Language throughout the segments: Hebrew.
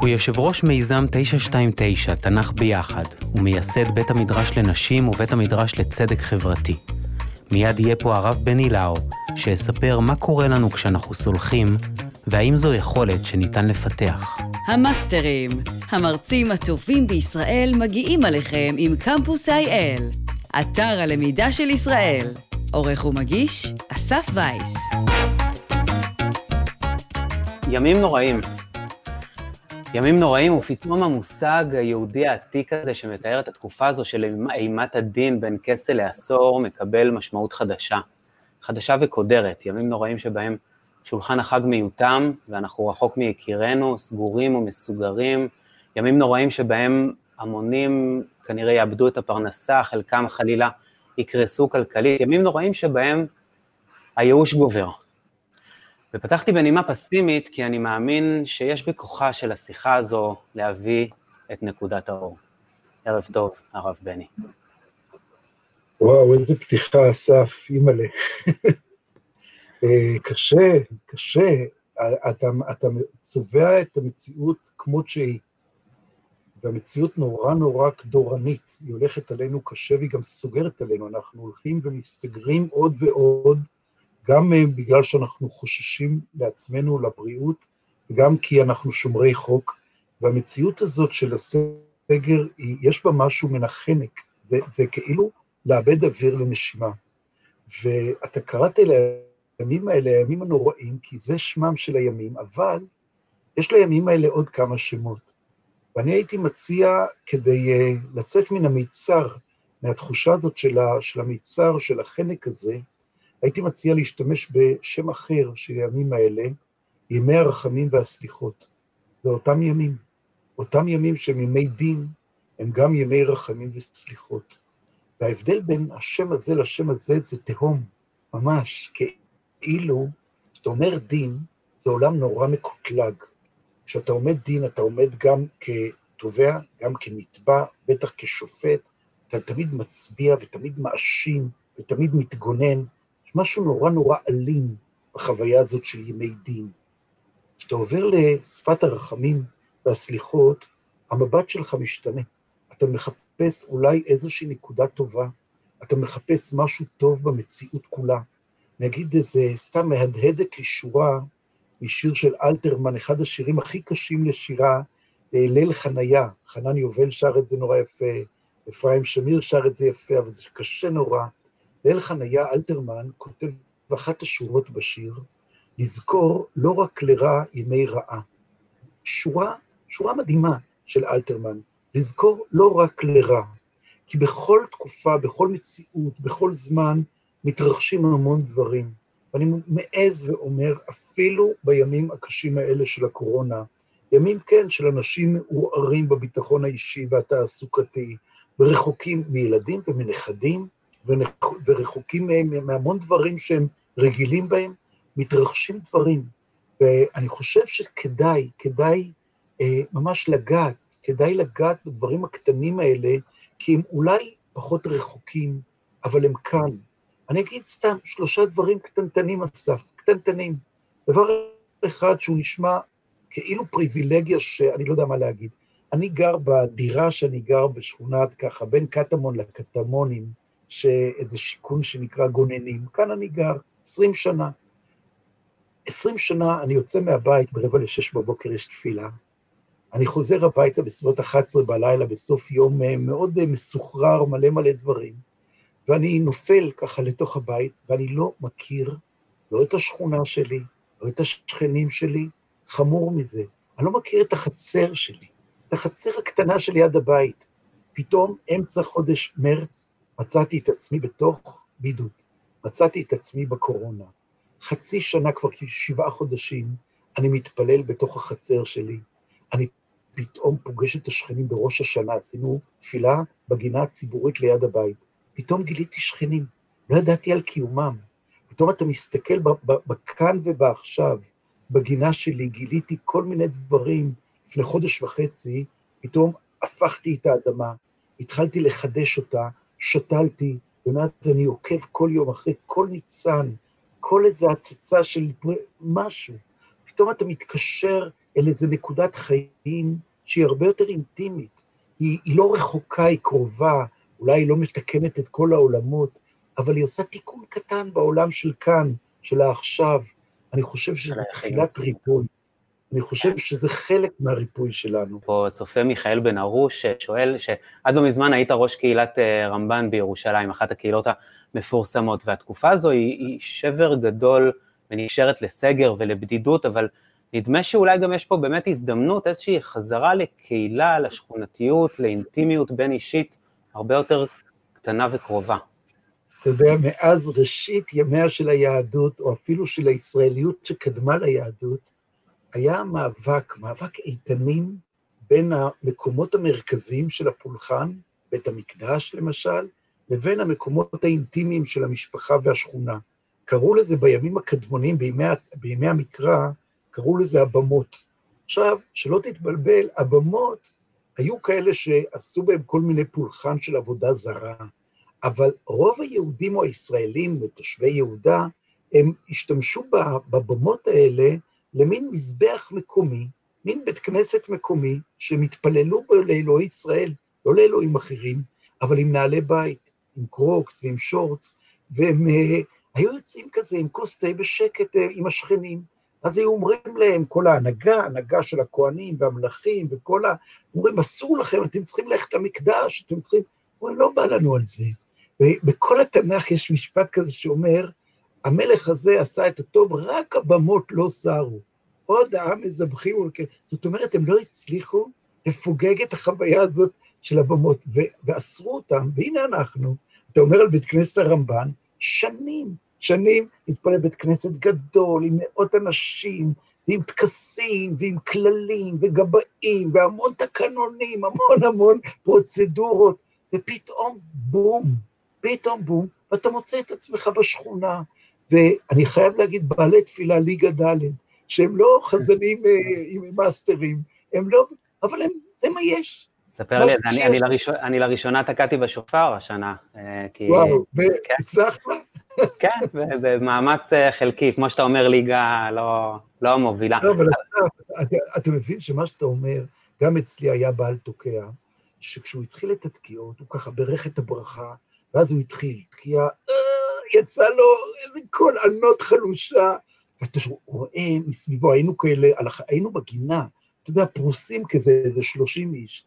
הוא יושב ראש מיזם 929, תנ"ך ביחד, ומייסד בית המדרש לנשים ובית המדרש לצדק חברתי. מיד יהיה פה הרב בני לאו, שיספר מה קורה לנו כשאנחנו סולחים, והאם זו יכולת שניתן לפתח. המאסטרים, המרצים הטובים בישראל מגיעים עליכם עם קמפוס IL, אתר הלמידה של ישראל. עורך ומגיש, אסף וייס. ימים נוראים. ימים נוראים ופתאום המושג היהודי העתיק הזה שמתאר את התקופה הזו של אימת הדין בין כסה לעשור מקבל משמעות חדשה וקודרת. ימים נוראים שבהם שולחן החג מיותם ואנחנו רחוק מיקירנו, סגורים ומסוגרים. ימים נוראים שבהם המונים כנראה יאבדו את הפרנסה, חלקם חלילה יקרסו כלכלית. ימים נוראים שבהם הייאוש גובר. ופתחתי בנימה פסימית כי אני מאמין שיש בכוחה של השיחה הזו להביא את נקודת האור. ערב טוב, הרב בני. וואו, איזה פתיחה, אסף, אימא'לה. קשה. אתה צובע את המציאות כמות שהיא, והמציאות נורא דורנית. היא הולכת עלינו קשה והיא גם סוגרת עלינו. אנחנו הולכים ומסתגרים עוד ועוד, גם בגלל שאנחנו חוששים לעצמנו, לבריאות, וגם כי אנחנו שומרי חוק, והמציאות הזאת של הסגר, יש בה משהו מנחנק, זה כאילו לאבד אוויר לנשימה. ואתה קראת לימים האלה, הימים הנוראים, כי זה שמם של הימים, אבל יש לימים האלה עוד כמה שמות. ואני הייתי מציע, כדי לצאת מן המיצר, מהתחושה הזאת של המיצר, של החנק הזה, הייתי מציע להשתמש בשם אחר של הימים האלה, ימי הרחמים והסליחות. זה אותם ימים שהם ימי דין, הם גם ימי רחמים וסליחות. וההבדל בין השם הזה לשם הזה זה תהום, ממש, כאילו, כשאתה אומר דין, זה עולם נורא מקוטלג. כשאתה עומד דין, אתה עומד גם כתובע, גם כנתבע, בטח כשופט, אתה תמיד מצביע ותמיד מאשים ותמיד מתגונן, משהו נורא אלים בחוויה הזאת של ימי דין. כשאתה עובר לשפת הרחמים והסליחות, המבט שלך משתנה. אתה מחפש אולי איזושהי נקודה טובה, אתה מחפש משהו טוב במציאות כולה. נגיד איזה סתם מהדהדת לי שורה משיר של אלתרמן, אחד השירים הכי קשים לשירה, ליל חניה. חנן יובל שר את זה נורא יפה, אפרים שמיר שר את זה יפה, אבל זה קשה נורא. ליל חניה, אלתרמן כותב באחת השורות בשיר, לזכור לא רק לרע ימי רעה. שורה מדהימה של אלתרמן, לזכור לא רק לרע, כי בכל תקופה, בכל מציאות, בכל זמן, מתרחשים המון דברים. ואני מעז ואומר, אפילו בימים הקשים האלה של הקורונה, ימים כן של אנשים מעורערים בביטחון האישי והתעסוקתי, ורחוקים מילדים ומנכדים, ורחוקים מהמון דברים שהם רגילים בהם, מתרחשים דברים. ואני חושב שכדאי ממש כדאי לגעת בדברים הקטנים האלה, כי הם אולי פחות רחוקים, אבל הם כאן. אני אגיד סתם 3 דברים קטנטנים, אסף, קטנטנים. דבר אחד שהוא נשמע כאילו פריבילגיה שאני לא יודע מה להגיד. אני גר בדירה שאני גר בשכונת ככה, בין קטמון לקטמונים, שאיזה שיקון שנקרא גוננים. כאן אני גר 20 שנה. 20 שנה אני יוצא מהבית, ב5:45 בבוקר יש תפילה. אני חוזר הביתה בסביבות 11 בלילה, בסוף יום מאוד מסוחרר, מלא דברים. ואני נופל ככה לתוך הבית, ואני לא מכיר לא את השכונה שלי, לא את השכנים שלי, חמור מזה. אני לא מכיר את החצר שלי, את החצר הקטנה של יד הבית. פתאום אמצע חודש מרץ, מצאתי את עצמי בתוך בידוד, מצאתי את עצמי בקורונה. חצי שנה, כבר 7 חודשים, אני מתפלל בתוך החצר שלי. אני פתאום פוגש את השכנים בראש השנה, עשינו תפילה בגינה הציבורית ליד הבית. פתאום גיליתי שכנים, לא ידעתי על קיומם. פתאום אתה מסתכל בכאן ובעכשיו, בגינה שלי, גיליתי כל מיני דברים. לפני 1.5 חודש, פתאום הפכתי את האדמה, התחלתי לחדש אותה, שתלתי, ומאז אני עוקב כל יום אחרי כל ניצן, כל איזו הצצה של משהו. פתאום אתה מתקשר אל איזו נקודת חיים שהיא הרבה יותר אינטימית. היא לא רחוקה, היא קרובה, אולי היא לא מתקנת את כל העולמות, אבל היא עושה תיקון קטן בעולם של כאן, של העכשיו. אני חושב שזה תחילת ריפוי. אני חושב שזה חלק מהריפוי שלנו. פה צופה מיכאל בן ארוש שואל שעד לא מזמן היית ראש קהילת רמב"ן בירושלים, אחת הקהילות המפורסמות, והתקופה הזו היא שבר גדול ונקשרת לסגר ולבדידות, אבל נדמה שאולי גם יש פה באמת הזדמנות, איזושהי חזרה לקהילה, לשכונתיות, לאינטימיות בין אישית, הרבה יותר קטנה וקרובה. אתה יודע, מאז ראשית ימיה של היהדות, או אפילו של הישראליות שקדמה ליהדות, היה מאבק איתנים בין המקומות המרכזיים של הפולחן, בית המקדש למשל, לבין המקומות האינטימיים של המשפחה והשכונה. קראו לזה בימים הקדמונים, בימי המקרא, קראו לזה הבמות. עכשיו, שלא תתבלבל, הבמות היו כאלה שעשו בהם כל מיני פולחן של עבודה זרה, אבל רוב היהודים או הישראלים ותושבי יהודה, הם השתמשו בבמות האלה למין מזבח מקומי, מין בית כנסת מקומי, שמתפללו בו לאלוהי ישראל, לא לאלוהים אחרים, אבל עם נעלי בית, עם קרוקס ועם שורץ, והם היו יוצאים כזה עם כוס תה בשקט עם השכנים, אז היו אומרים להם, כל ההנהגה של הכהנים והמלכים וכל אומרים, אסור לכם, אתם צריכים ללכת למקדש, אתם צריכים, אומרים, לא בא לנו על זה. ובכל התנ"ך יש משפט כזה שאומר, המלך הזה עשה את הטוב, רק הבמות לא סרו. עוד העם מזבחים, זאת אומרת, הם לא הצליחו לפוגג את החוויה הזאת של הבמות, ואסרו אותם, והנה אנחנו, אתה אומר על בית כנסת הרמב"ן, שנים התפלל בית כנסת גדול, עם מאות אנשים, ועם טקסים, ועם כללים, וגבאים, והמון תקנונים, המון פרוצדורות, ופתאום בום, ואתה מוצא את עצמך בשכונה, ואני חייב להגיד, בעלי תפילה ליגה ד', שהם לא חזנים עם מאסטרים, הם לא, אבל זה מה יש. ספר לי, אני לראשונה תקעתי בשופר השנה. וואו, והצלחת? כן, במאמץ חלקי, כמו שאתה אומר, ליגה לא המובילה. לא, אבל אתה מבין שמה שאתה אומר, גם אצלי היה בעל תוקע, שכשהוא התחיל את התקיעות, הוא ככה ברך את הברכה, ואז הוא התחיל, תקיעה, יצא לו איזה קול ענות חלושה, ואתה רואה מסביבו, היינו בגינה, אתה יודע, פרוסים כזה, איזה 30 איש,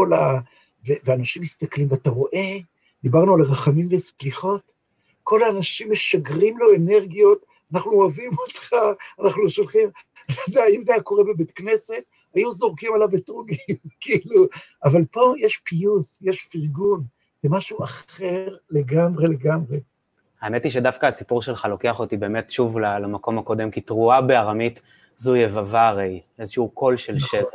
ואנשים מסתכלים, ואתה רואה, דיברנו על רחמים וסליחות, כל האנשים משגרים לו אנרגיות, אנחנו אוהבים אותך, אנחנו שולחים, אתה יודע, אם זה היה קורה בבית כנסת, היו זורקים עליו אתרוגים, כאילו, אבל פה יש פיוס, יש פרגון, זה משהו אחר לגמרי. האמת היא שדווקא הסיפור שלך לוקח אותי באמת שוב למקום הקודם, כי תרועה בארמית זו יבבה הרי, איזשהו קול של שבר.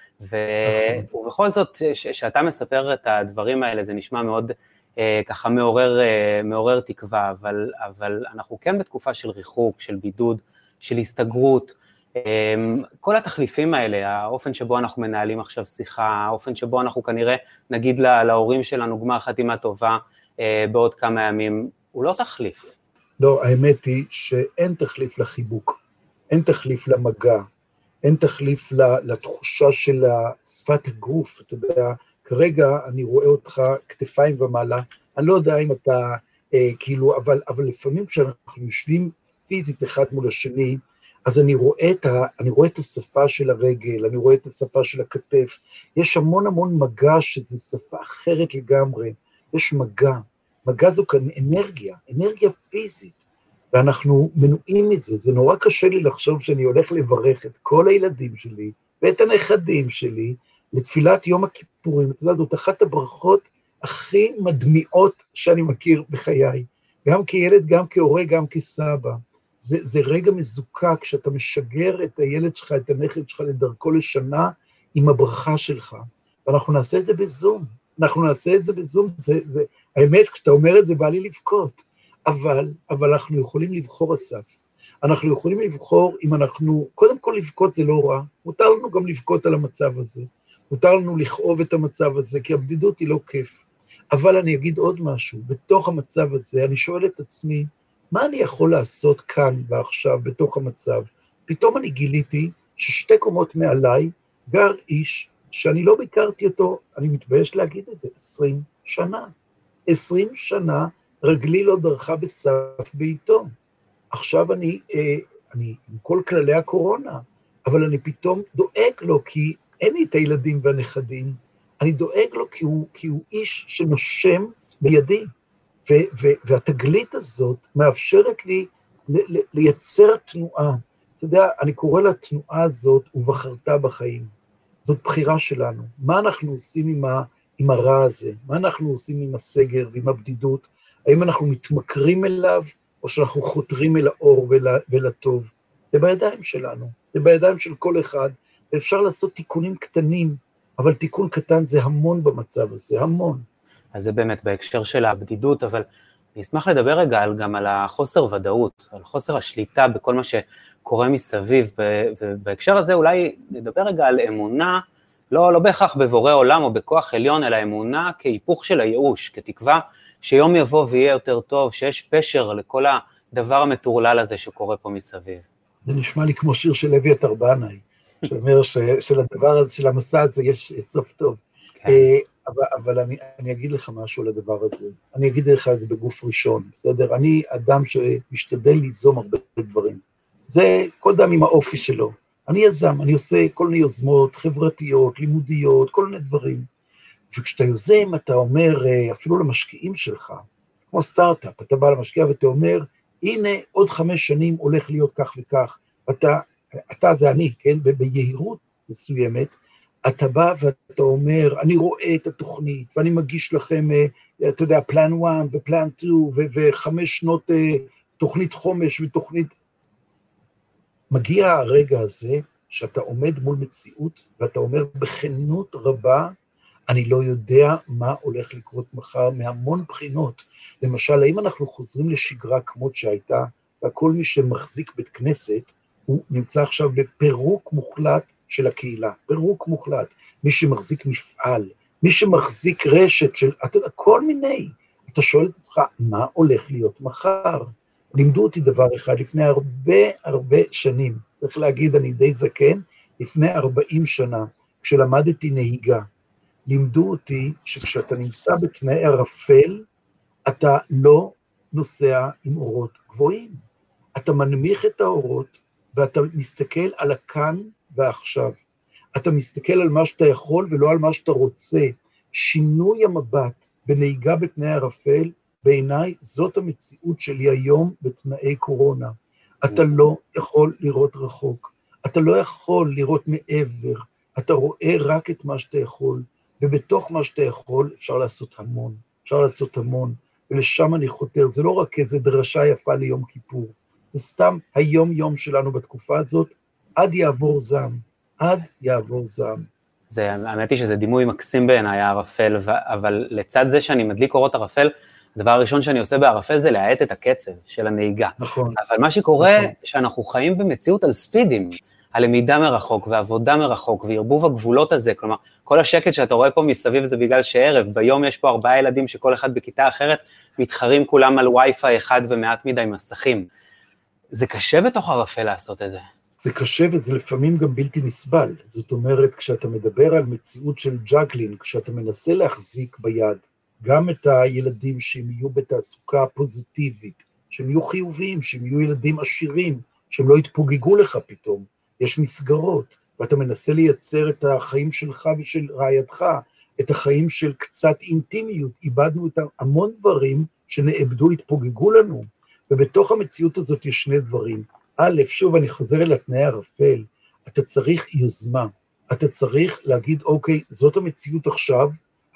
ובכל זאת, שאתה מספר את הדברים האלה, זה נשמע מאוד ככה מעורר תקווה, אבל אנחנו כן בתקופה של ריחוק, של בידוד, של הסתגרות, כל התחליפים האלה, האופן שבו אנחנו מנהלים עכשיו שיחה, האופן שבו אנחנו כנראה נגיד להורים שלנו גמר חתימה טובה בעוד כמה ימים, הוא לא תחליף. לא, האמת היא שאין תחליף לחיבוק, אין תחליף למגע, אין תחליף לתחושה של שפת הגוף, אתה יודע, כרגע אני רואה אותך כתפיים ומעלה, אני לא יודע אם אתה כאילו, אבל לפעמים כשאנחנו יושבים פיזית אחד מול השני, אז אני רואה את השפה של הרגל, אני רואה את השפה של הכתף, יש המון מגע שזה שפה אחרת לגמרי, יש מגע זו כאן אנרגיה פיזית, ואנחנו מנועים מזה, זה נורא קשה לי לחשוב שאני הולך לברך את כל הילדים שלי, ואת הנכדים שלי, לתפילת יום הכיפורים, אתה יודע, זאת אחת הברכות הכי מדמיעות שאני מכיר בחיי, גם כילד, גם כהורה, גם כסבא, זה רגע מזוקק, כשאתה משגר את הילד שלך, את הנכד שלך לדרכו לשנה, עם הברכה שלך, ואנחנו נעשה את זה בזום, האמת, כשאתה אומר את זה, בא לי לבכות, אבל אנחנו יכולים לבחור, אסף, אנחנו יכולים לבחור, אם אנחנו, קודם כל לבכות זה לא רע, מותר לנו גם לבכות על המצב הזה, מותר לנו לכאוב את המצב הזה, כי הבדידות היא לא כיף, אבל אני אגיד עוד משהו, בתוך המצב הזה, אני שואל את עצמי, מה אני יכול לעשות כאן ועכשיו, בתוך המצב? פתאום אני גיליתי ששתי קומות מעליי גר איש שאני לא ביקרתי אותו, אני מתבייש להגיד את זה, 20 שנה. 20 שנה רגלי לא דרכה בסף ביתו. עכשיו אני עם כל כללי הקורונה, אבל אני פתאום דואג לו, כי אין לי את הילדים והנכדים, אני דואג לו כי הוא איש שנושם לידי, והתגלית הזאת מאפשרת לי לייצר תנועה. אתה יודע, אני קורא לתנועה הזאת, ובחרת בחיים. זאת בחירה שלנו. מה אנחנו עושים עם הרע הזה? מה אנחנו עושים עם הסגר ועם הבדידות? האם אנחנו מתמכרים אליו, או שאנחנו חותרים אל האור ולטוב? זה בידיים שלנו, זה בידיים של כל אחד, ואפשר לעשות תיקונים קטנים, אבל תיקון קטן זה המון במצב הזה, המון. אז זה באמת בהקשר של הבדידות, אבל אני אשמח לדבר רגע גם על החוסר ודאות, על חוסר השליטה בכל מה שקורה מסביב, ובהקשר הזה אולי נדבר רגע על אמונה, לא בהכרח בבורא עולם או בכוח עליון, אלא אמונה כהיפוך של הייאוש, כתקווה שיום יבוא ויהיה יותר טוב, שיש פשר לכל הדבר המטורלל הזה שקורה פה מסביב. זה נשמע לי כמו שיר של אביתר בנאי, שאומר שלדבר הזה, של המסע הזה יש סוף טוב. כן. אבל אני אגיד לך משהו על הדבר הזה. אני אגיד לך את זה בגוף ראשון, בסדר? אני אדם שמשתדל ליזום הרבה דברים. זה כל אדם עם האופי שלו. אני יזם, אני עושה כל מיני יוזמות חברתיות, לימודיות, כל מיני דברים. וכשאתה יוזם, אתה אומר, אפילו למשקיעים שלך, כמו סטארט-אפ, אתה בא למשקיע ואתה אומר, הנה עוד 5 שנים הולך להיות כך וכך, אתה זה אני, כן? ביהירות מסוימת, אתה בא ואתה אומר, אני רואה את התוכנית, ואני מגיש לכם, אתה יודע, פלן 1 ופלן 2, ו5 שנות תוכנית חומש ותוכנית... מגיע הרגע הזה, שאתה עומד מול מציאות, ואתה אומר בכנות רבה, אני לא יודע מה הולך לקרות מחר, מהמון בחינות. למשל, האם אנחנו חוזרים לשגרה כמות שהייתה, וכל מי שמחזיק בית כנסת, הוא נמצא עכשיו בפירוק מוחלט של הקהילה, פירוק מוחלט. מי שמחזיק מפעל, מי שמחזיק רשת של, אתה יודע, כל מיני. אתה שואל את עצמך, מה הולך להיות מחר? לימדו אותי דבר אחד, לפני הרבה שנים, צריך להגיד, אני די זקן, לפני 40 שנה, כשלמדתי נהיגה, לימדו אותי שכשאתה נמצא בתנאי ערפל, אתה לא נוסע עם אורות גבוהים. אתה מנמיך את האורות, ואתה מסתכל על הכאן ועכשיו. אתה מסתכל על מה שאתה יכול ולא על מה שאתה רוצה. שינוי המבט בנהיגה בתנאי ערפל, בעיניי זאת המציאות שלי היום בתנאי קורונה. אתה לא יכול לראות רחוק, אתה לא יכול לראות מעבר, אתה רואה רק את מה שאתה יכול, ובתוך מה שאתה יכול אפשר לעשות המון, אפשר לעשות המון, ולשם אני חותר, זה לא רק איזו דרשה יפה ליום כיפור, זה סתם היום-יום שלנו בתקופה הזאת, עד יעבור זעם, עד יעבור זעם. האמת היא שזה דימוי מקסים בעיניי הערפל, אבל לצד זה שאני מדליק אורות ערפל, הדבר הראשון שאני עושה בערפל זה להאט את הקצב של הנהיגה. נכון. אבל מה שקורה, נכון. שאנחנו חיים במציאות על ספידים, הלמידה מרחוק ועבודה מרחוק וערבוב הגבולות הזה, כלומר, כל השקט שאתה רואה פה מסביב זה בגלל שערב, ביום יש פה 4 ילדים שכל אחד בכיתה אחרת, מתחרים כולם על וי-פיי אחד ומעט מדי מסכים. זה קשה בתוך ערפל לעשות את זה. זה קשה וזה לפעמים גם בלתי נסבל. זאת אומרת, כשאתה מדבר על מציאות של ג'אגלינג, כשאתה מנסה להחזיק ביד, גם את הילדים שהם יהיו בתעסוקה פוזיטיבית, שהם יהיו חיוביים, שהם יהיו ילדים עשירים, שהם לא יתפוגגו לך פתאום, יש מסגרות, ואתה מנסה לייצר את החיים שלך ושל רעייתך, את החיים של קצת אינטימיות, איבדנו את המון דברים שנאבדו, התפוגגו לנו, ובתוך המציאות הזאת יש 2 דברים. א', שוב אני חוזר אל התנאי ערפל, אתה צריך יוזמה, אתה צריך להגיד, אוקיי, זאת המציאות עכשיו,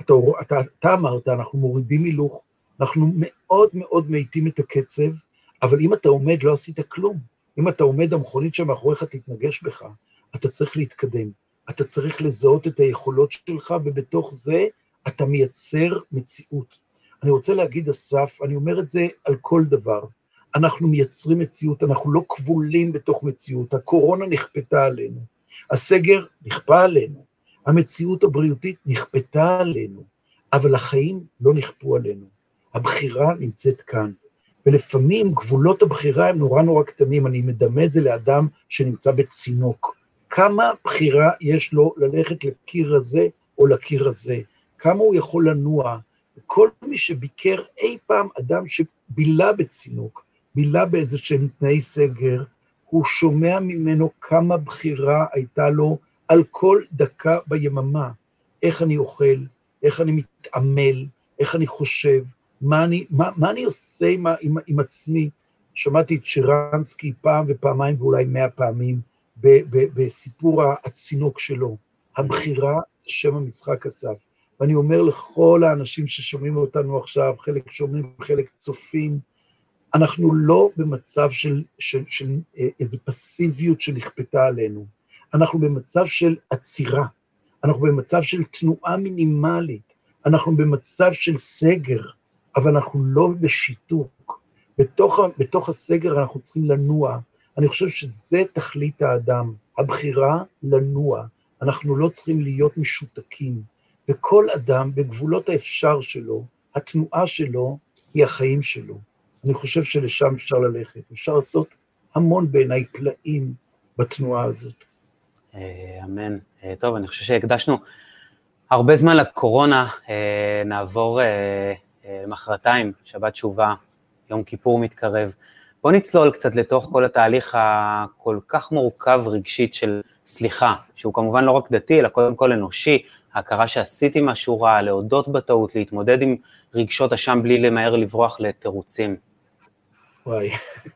אתה אמרת, אנחנו מורידים הילוך, אנחנו מאוד מאוד מאיטים את הקצב, אבל אם אתה עומד, לא עשית כלום. אם אתה עומד, המכונית שמאחוריך תתנגש בך, אתה צריך להתקדם, אתה צריך לזהות את היכולות שלך, ובתוך זה אתה מייצר מציאות. אני רוצה להגיד, אסף, אני אומר את זה על כל דבר, אנחנו מייצרים מציאות, אנחנו לא כבולים בתוך מציאות, הקורונה נכפתה עלינו, הסגר נכפה עלינו, המציאות הבריאותית נכפתה עלינו, אבל החיים לא נכפו עלינו. הבחירה נמצאת כאן, ולפעמים גבולות הבחירה הם נורא קטנים, אני מדמה את זה לאדם שנמצא בצינוק, כמה בחירה יש לו ללכת לקיר הזה או לקיר הזה, כמה הוא יכול לנוע. כל מי שביקר אי פעם אדם שבילה בצינוק, בילה באיזה שהם תנאי סגר, הוא שומע ממנו כמה בחירה הייתה לו על כל דקה ביממה. איך אני אוכל, איך אני מתעמל, איך אני חושב, מה אני עושה עם עצמי. שמעתי את שרנסקי פעם ופעמיים ואולי 100 פעמים בסיפור הצינוק שלו. הבחירה זה שם המשחק, אסף. ואני אומר לכל האנשים ששומעים אותנו עכשיו, חלק שומעים, חלק צופים, אנחנו לא במצב של איזו פסיביות שנכפתה עלינו. אנחנו במצב של עצירה, אנחנו במצב של תנועה מינימלית, אנחנו במצב של סגר, אבל אנחנו לא בשיתוק. בתוך הסגר אנחנו צריכים לנוע. אני חושב שזה תכלית האדם, הבחירה לנוע. אנחנו לא צריכים להיות משותקים. וכל אדם בגבולות האפשר שלו, התנועה שלו היא החיים שלו. אני חושב שלשם אפשר ללכת. אפשר לעשות המון בעיניי פלאים בתנועה הזאת. אמן. טוב, אני חושב שהקדשנו הרבה זמן לקורונה, נעבור מחרתיים, שבת תשובה, יום כיפור מתקרב. בוא נצלול קצת לתוך כל התהליך הכל כך מורכב רגשית של סליחה, שהוא כמובן לא רק דתי, אלא קודם כל אנושי, ההכרה שעשיתי משהו רע, להודות בטעות, להתמודד עם רגשות אשם בלי למהר לברוח לתירוצים. וואי,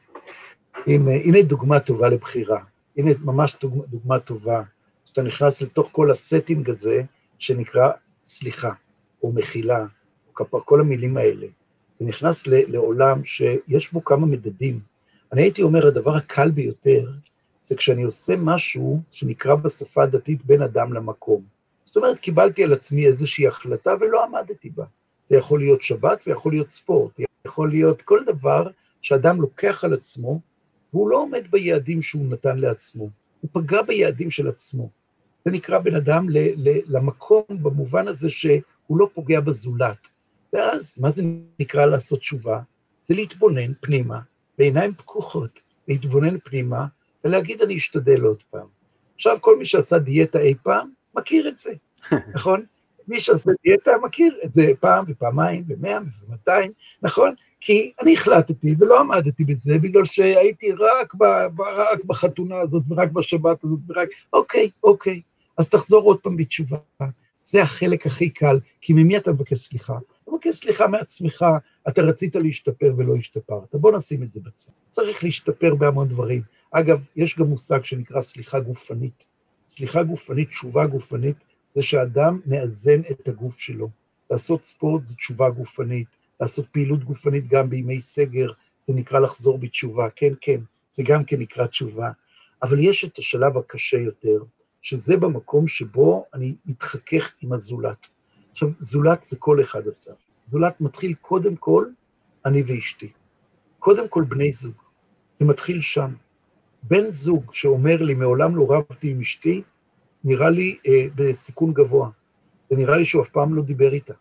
הנה דוגמה טובה לבחירה, הנה ממש דוגמה טובה, שאתה נכנס לתוך כל הסטינג הזה, שנקרא סליחה, או מחילה, או כל המילים האלה. אתה נכנס לעולם שיש בו כמה מדדים. אני הייתי אומר, הדבר הקל ביותר, זה כשאני עושה משהו שנקרא בשפה הדתית בין אדם למקום. זאת אומרת, קיבלתי על עצמי איזושהי החלטה ולא עמדתי בה. זה יכול להיות שבת ויכול להיות ספורט, יכול להיות כל דבר שאדם לוקח על עצמו, והוא לא עומד ביעדים שהוא נתן לעצמו, הוא פגע ביעדים של עצמו. זה נקרא בין אדם למקום במובן הזה שהוא לא פוגע בזולת. ואז, מה זה נקרא לעשות תשובה? זה להתבונן פנימה, בעיניים פקוחות, להתבונן פנימה, ולהגיד אני אשתדל עוד פעם. עכשיו כל מי שעשה דיאטה אי פעם, מכיר את זה, נכון? מי שעשה דיאטה מכיר את זה פעם ופעמיים ו100 ו200, נכון? כי אני החלטתי ולא עמדתי בזה, בגלל שהייתי רק בחתונה הזאת ורק בשבת הזאת ורק, אוקיי, אז תחזור עוד פעם בתשובה. זה החלק הכי קל, כי ממי אתה מבקש סליחה? אתה מבקש סליחה מעצמך, אתה רצית להשתפר ולא השתפרת. בוא נשים את זה בצד. צריך להשתפר בהמון דברים. אגב, יש גם מושג שנקרא סליחה גופנית. סליחה גופנית, תשובה גופנית, זה שאדם מאזן את הגוף שלו. לעשות ספורט זה תשובה גופנית, לעשות פעילות גופנית גם בימי סגר, זה נקרא לחזור בתשובה, כן, זה גם כן נקרא תשובה. אבל יש את השלב הקשה יותר, שזה במקום שבו אני מתחכך עם הזולת. עכשיו, זולת זה כל אחד אסף. זולת מתחיל קודם כל, אני ואשתי. קודם כל בני זוג. זה מתחיל שם. בן זוג שאומר לי, מעולם לא רבתי עם אשתי, נראה לי בסיכון גבוה. זה נראה לי שהוא אף פעם לא דיבר איתה.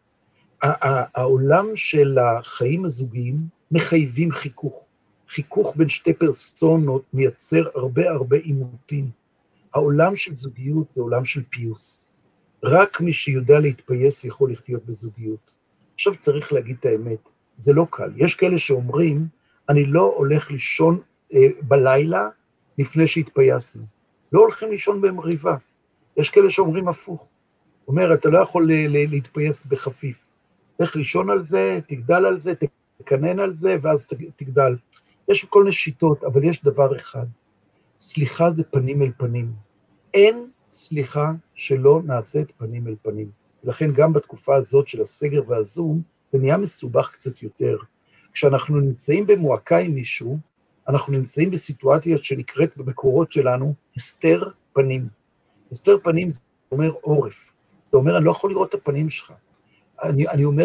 העולם של החיים הזוגיים מחייבים חיכוך. חיכוך בין שתי פרסונות מייצר הרבה עימותים. העולם של זוגיות זה עולם של פיוס. רק מי שיודע להתפייס יכול לחיות בזוגיות. עכשיו צריך להגיד את האמת, זה לא קל. יש כאלה שאומרים, אני לא הולך לישון בלילה לפני שהתפייסנו. לא הולכים לישון במריבה. יש כאלה שאומרים הפוך. אומר, אתה לא יכול להתפייס בחפיף. לך לישון על זה, תגדל על זה, תקנן על זה, ואז תגדל. יש כל מיני שיטות, אבל יש דבר אחד. סליחה זה פנים אל פנים. אין סליחה שלא נעשית פנים אל פנים. ולכן גם בתקופה הזאת של הסגר והזום, זה נהיה מסובך קצת יותר. כשאנחנו נמצאים במועקה עם מישהו, אנחנו נמצאים בסיטואציה שנקראת במקורות שלנו, הסתר פנים. הסתר פנים זה אומר עורף. זה אומר, אני לא יכול לראות את הפנים שלך. אני אומר,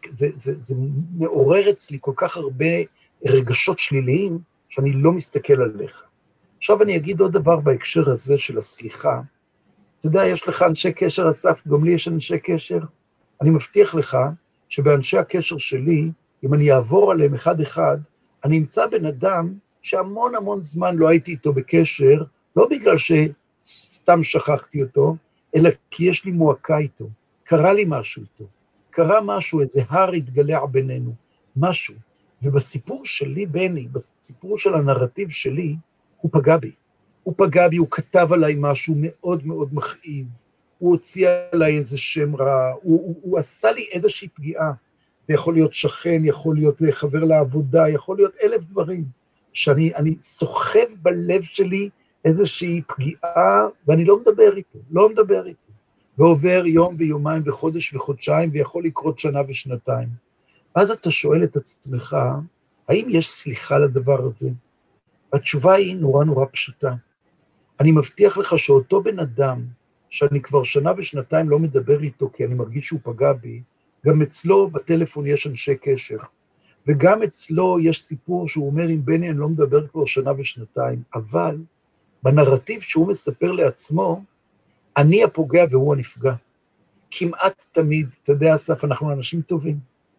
זה מעורר אצלי כל כך הרבה רגשות שליליים, שאני לא מסתכל עליך. עכשיו אני אגיד עוד דבר בהקשר הזה של הסליחה. אתה יודע, יש לך אנשי קשר, אסף, גם לי יש אנשי קשר. אני מבטיח לך שבאנשי הקשר שלי, אם אני אעבור עליהם אחד, אני אמצא בן אדם שהמון זמן לא הייתי איתו בקשר, לא בגלל סתם שכחתי אותו, אלא כי יש לי מועקה איתו, קרה לי משהו איתו, קרה משהו, איזה הר התגלע בינינו, משהו. ובסיפור שלי, בני, בסיפור של הנרטיב שלי, הוא פגע בי. הוא פגע בי, הוא כתב עליי משהו מאוד מאוד מכאיב, הוא הוציא עליי איזה שם רע, הוא עשה לי איזושהי פגיעה. זה יכול להיות שכן, יכול להיות חבר לעבודה, יכול להיות 1000 דברים, שאני סוחב בלב שלי איזושהי פגיעה, ואני לא מדבר איתו, ועובר יום ויומיים וחודש וחודשיים, ויכול לקרות שנה ושנתיים. אז אתה שואל את עצמך, האם יש סליחה לדבר הזה? התשובה היא נורא נורא פשוטה. אני מבטיח לך שאותו בן אדם, שאני כבר שנה ושנתיים לא מדבר איתו, כי אני מרגיש שהוא פגע בי, גם אצלו בטלפון יש אנשי קשר, וגם אצלו יש סיפור שהוא אומר, עם בני אני לא מדבר כבר שנה ושנתיים, אבל בנרטיב שהוא מספר לעצמו, אני הפוגע והוא הנפגע. כמעט תמיד, אתה יודע, אסף, אנחנו אנשים טובים.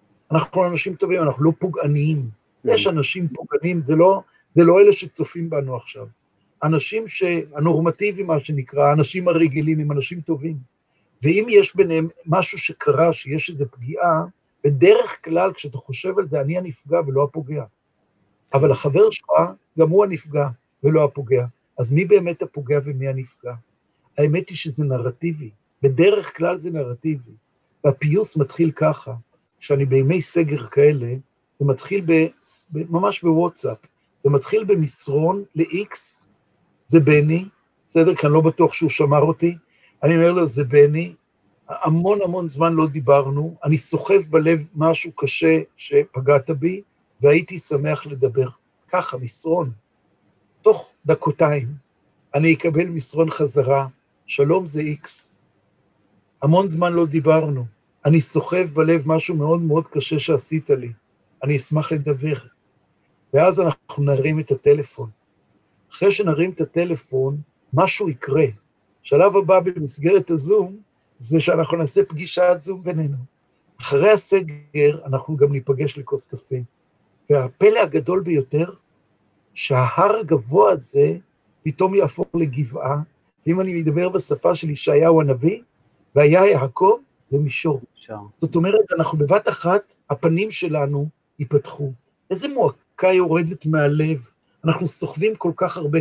אנחנו לא פוגעניים. יש אנשים פוגעניים, זה לא אלה שצופים בנו עכשיו. אנשים הנורמטיביים, מה שנקרא, האנשים הרגילים, הם אנשים טובים. ואם יש ביניהם משהו שקרה, שיש איזו פגיעה, בדרך כלל, כשאתה חושב על זה, אני הנפגע ולא הפוגע. אבל החבר שלך, גם הוא הנפגע ולא הפוגע. אז מי באמת הפוגע ומי הנפגע? האמת היא שזה נרטיבי. בדרך כלל זה נרטיבי. והפיוס מתחיל ככה, שאני בימי סגר כאלה, זה מתחיל ממש בוואטסאפ, זה מתחיל במסרון ל-X, זה בני, בסדר? כי אני לא בטוח שהוא שמר אותי, אני אומר לו, זה בני, המון זמן לא דיברנו, אני סוחב בלב משהו קשה שפגעת בי, והייתי שמח לדבר. ככה, מסרון. תוך דקותיים, אני אקבל מסרון חזרה, שלום זה X. המון זמן לא דיברנו, אני סוחב בלב משהו מאוד מאוד קשה שעשית לי, אני אשמח לדבר. ואז אנחנו נרים את הטלפון. אחרי שנרים את הטלפון, משהו יקרה. שלב הבא במסגרת הזום, זה שאנחנו נעשה פגישת זום בינינו. אחרי הסגר, אנחנו גם ניפגש לכוס קפה. והפלא הגדול ביותר, שההר הגבוה הזה, פתאום יהפוך לגבעה, ואם אני מדבר בשפה של ישעיהו הנביא, והיה יעקב במישור. זאת אומרת, אנחנו בבת אחת, הפנים שלנו ייפתחו. איזה מועקה יורדת מהלב, אנחנו סוחבים כל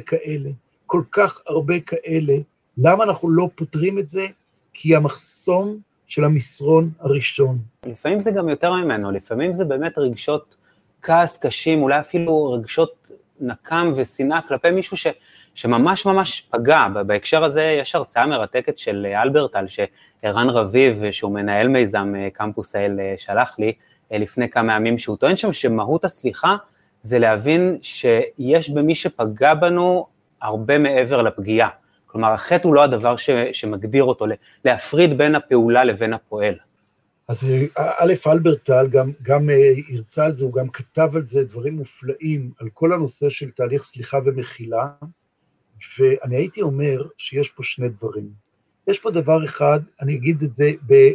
כך הרבה כאלה, למה אנחנו לא פותרים את זה? כי המחסום של המסרון הראשון. לפעמים זה גם יותר ממנו, לפעמים זה באמת רגשות כעס קשים, אולי אפילו רגשות נקם ושנאה כלפי מישהו שממש פגע. בהקשר הזה יש הרצאה מרתקת של אלברטל, שערן רביב, שהוא מנהל מיזם קמפוס האל, שלח לי לפני כמה ימים, שהוא טוען שם שמהות הסליחה זה להבין שיש במי שפגע בנו הרבה מעבר לפגיעה. כלומר, החטא הוא לא הדבר שמגדיר אותו, להפריד בין הפעולה לבין הפועל. אז א', אלברטל גם הרצה על זה, הוא גם כתב על זה דברים מופלאים, על כל הנושא של תהליך סליחה ומחילה, ואני הייתי אומר שיש פה שני דברים. יש פה דבר אחד, אני אגיד את זה,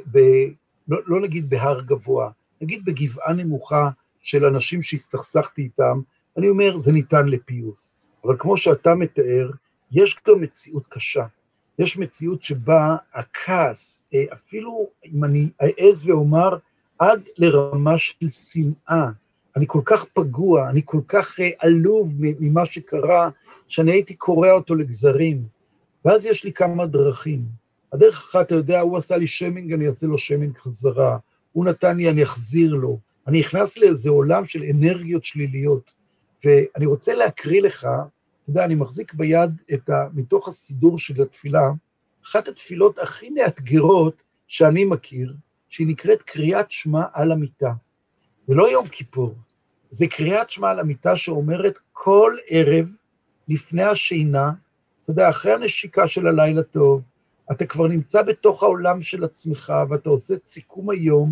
לא נגיד בהר גבוה, נגיד בגבעה נמוכה של אנשים שהסתכסכתי איתם, אני אומר, זה ניתן לפיוס. אבל כמו שאתה מתאר, יש גם מציאות קשה. יש מציאות שבה הכעס, אפילו אם אני אעז ואומר, עד לרמה של שנאה, אני כל כך פגוע, אני כל כך עלוב ממה שקרה, שאני הייתי קורא אותו לגזרים. ואז יש לי כמה דרכים. הדרך אחת, אתה יודע, הוא עשה לי שיימינג, אני אעשה לו שיימינג חזרה. הוא נתן לי, אני אחזיר לו. אני נכנס לאיזה עולם של אנרגיות שליליות. ואני רוצה להקריא לך, אתה יודע, אני מחזיק ביד מתוך הסידור של התפילה, אחת התפילות הכי מאתגרות שאני מכיר, שהיא נקראת קריאת שמע על המיטה. זה לא יום כיפור, זה קריאת שמע על המיטה שאומרת כל ערב לפני השינה, אתה יודע, אחרי הנשיקה של הלילה טוב, אתה כבר נמצא בתוך העולם של עצמך, ואתה עושה סיכום היום,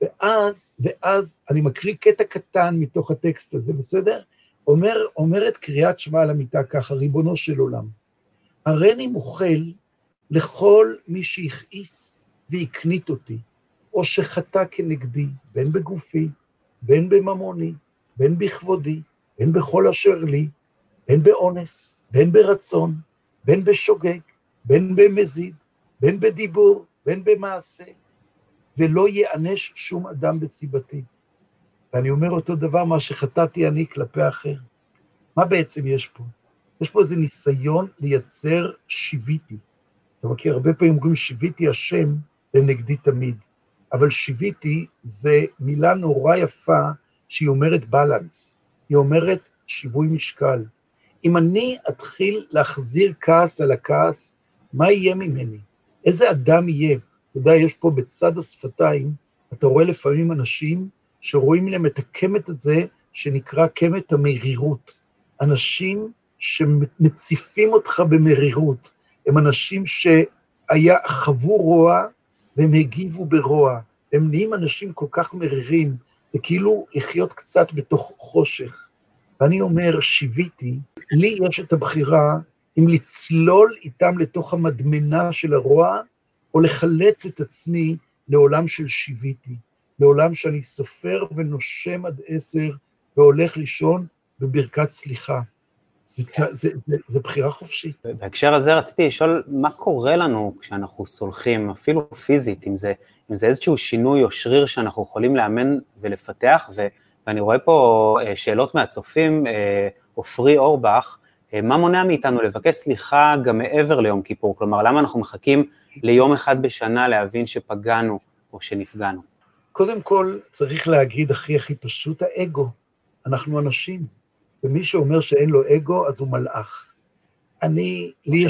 ואז אני מקריא קטע קטן מתוך הטקסט הזה, בסדר? אומרת קריאת שמע על המיטה ככה, ריבונו של עולם, הריני מוכל לכל מי שהכעיס והקנית אותי, או שחטא כנגדי, בין בגופי, בין בממוני, בין בכבודי, בין בכל אשר לי, בין באונס, בין ברצון, בין בשוגג, בין במזיד, בין בדיבור, בין במעשה, ולא יענש שום אדם בסיבתי. ואני אומר אותו דבר, מה שחטאתי אני כלפי האחר. מה בעצם יש פה? יש פה איזה ניסיון לייצר שיוויתי. אתה מכיר, הרבה פעמים אומרים שיוויתי השם לנגדי תמיד, אבל שיוויתי זה מילה נורא יפה שהיא אומרת בלנס, היא אומרת שיווי משקל. אם אני אתחיל להחזיר כעס על הכעס, מה יהיה ממני? איזה אדם יהיה? אתה יודע, יש פה בצד השפתיים, אתה רואה לפעמים אנשים שרואים להם את הקמת הזה שנקרא קמת המרירות. אנשים שמציפים אותך במרירות, הם אנשים חוו רוע והם הגיבו ברוע, הם נהיים אנשים כל כך מרירים, זה כאילו לחיות קצת בתוך חושך. ואני אומר, שיוויתי, לי יש את הבחירה אם לצלול איתם לתוך המדמנה של הרוע, או לחלץ את עצמי לעולם של שיוויתי, לעולם שאני סופר ונושם עד 10, והולך לישון בברכת סליחה. זה בחירה חופשית. בהקשר הזה רציתי לשאול, מה קורה לנו כשאנחנו סולחים, אפילו פיזית, אם זה איזשהו שינוי או שריר שאנחנו יכולים לאמן ולפתח, ואני רואה פה שאלות מהצופים, עופרי אורבך, מה מונע מאיתנו לבקש סליחה גם מעבר ליום כיפור? כלומר, למה אנחנו מחכים ליום אחד בשנה להבין שפגענו או שנפגענו? קודם כל, צריך להגיד הכי פשוט, האגו. אנחנו אנשים, ומי שאומר שאין לו אגו, אז הוא מלאך. לי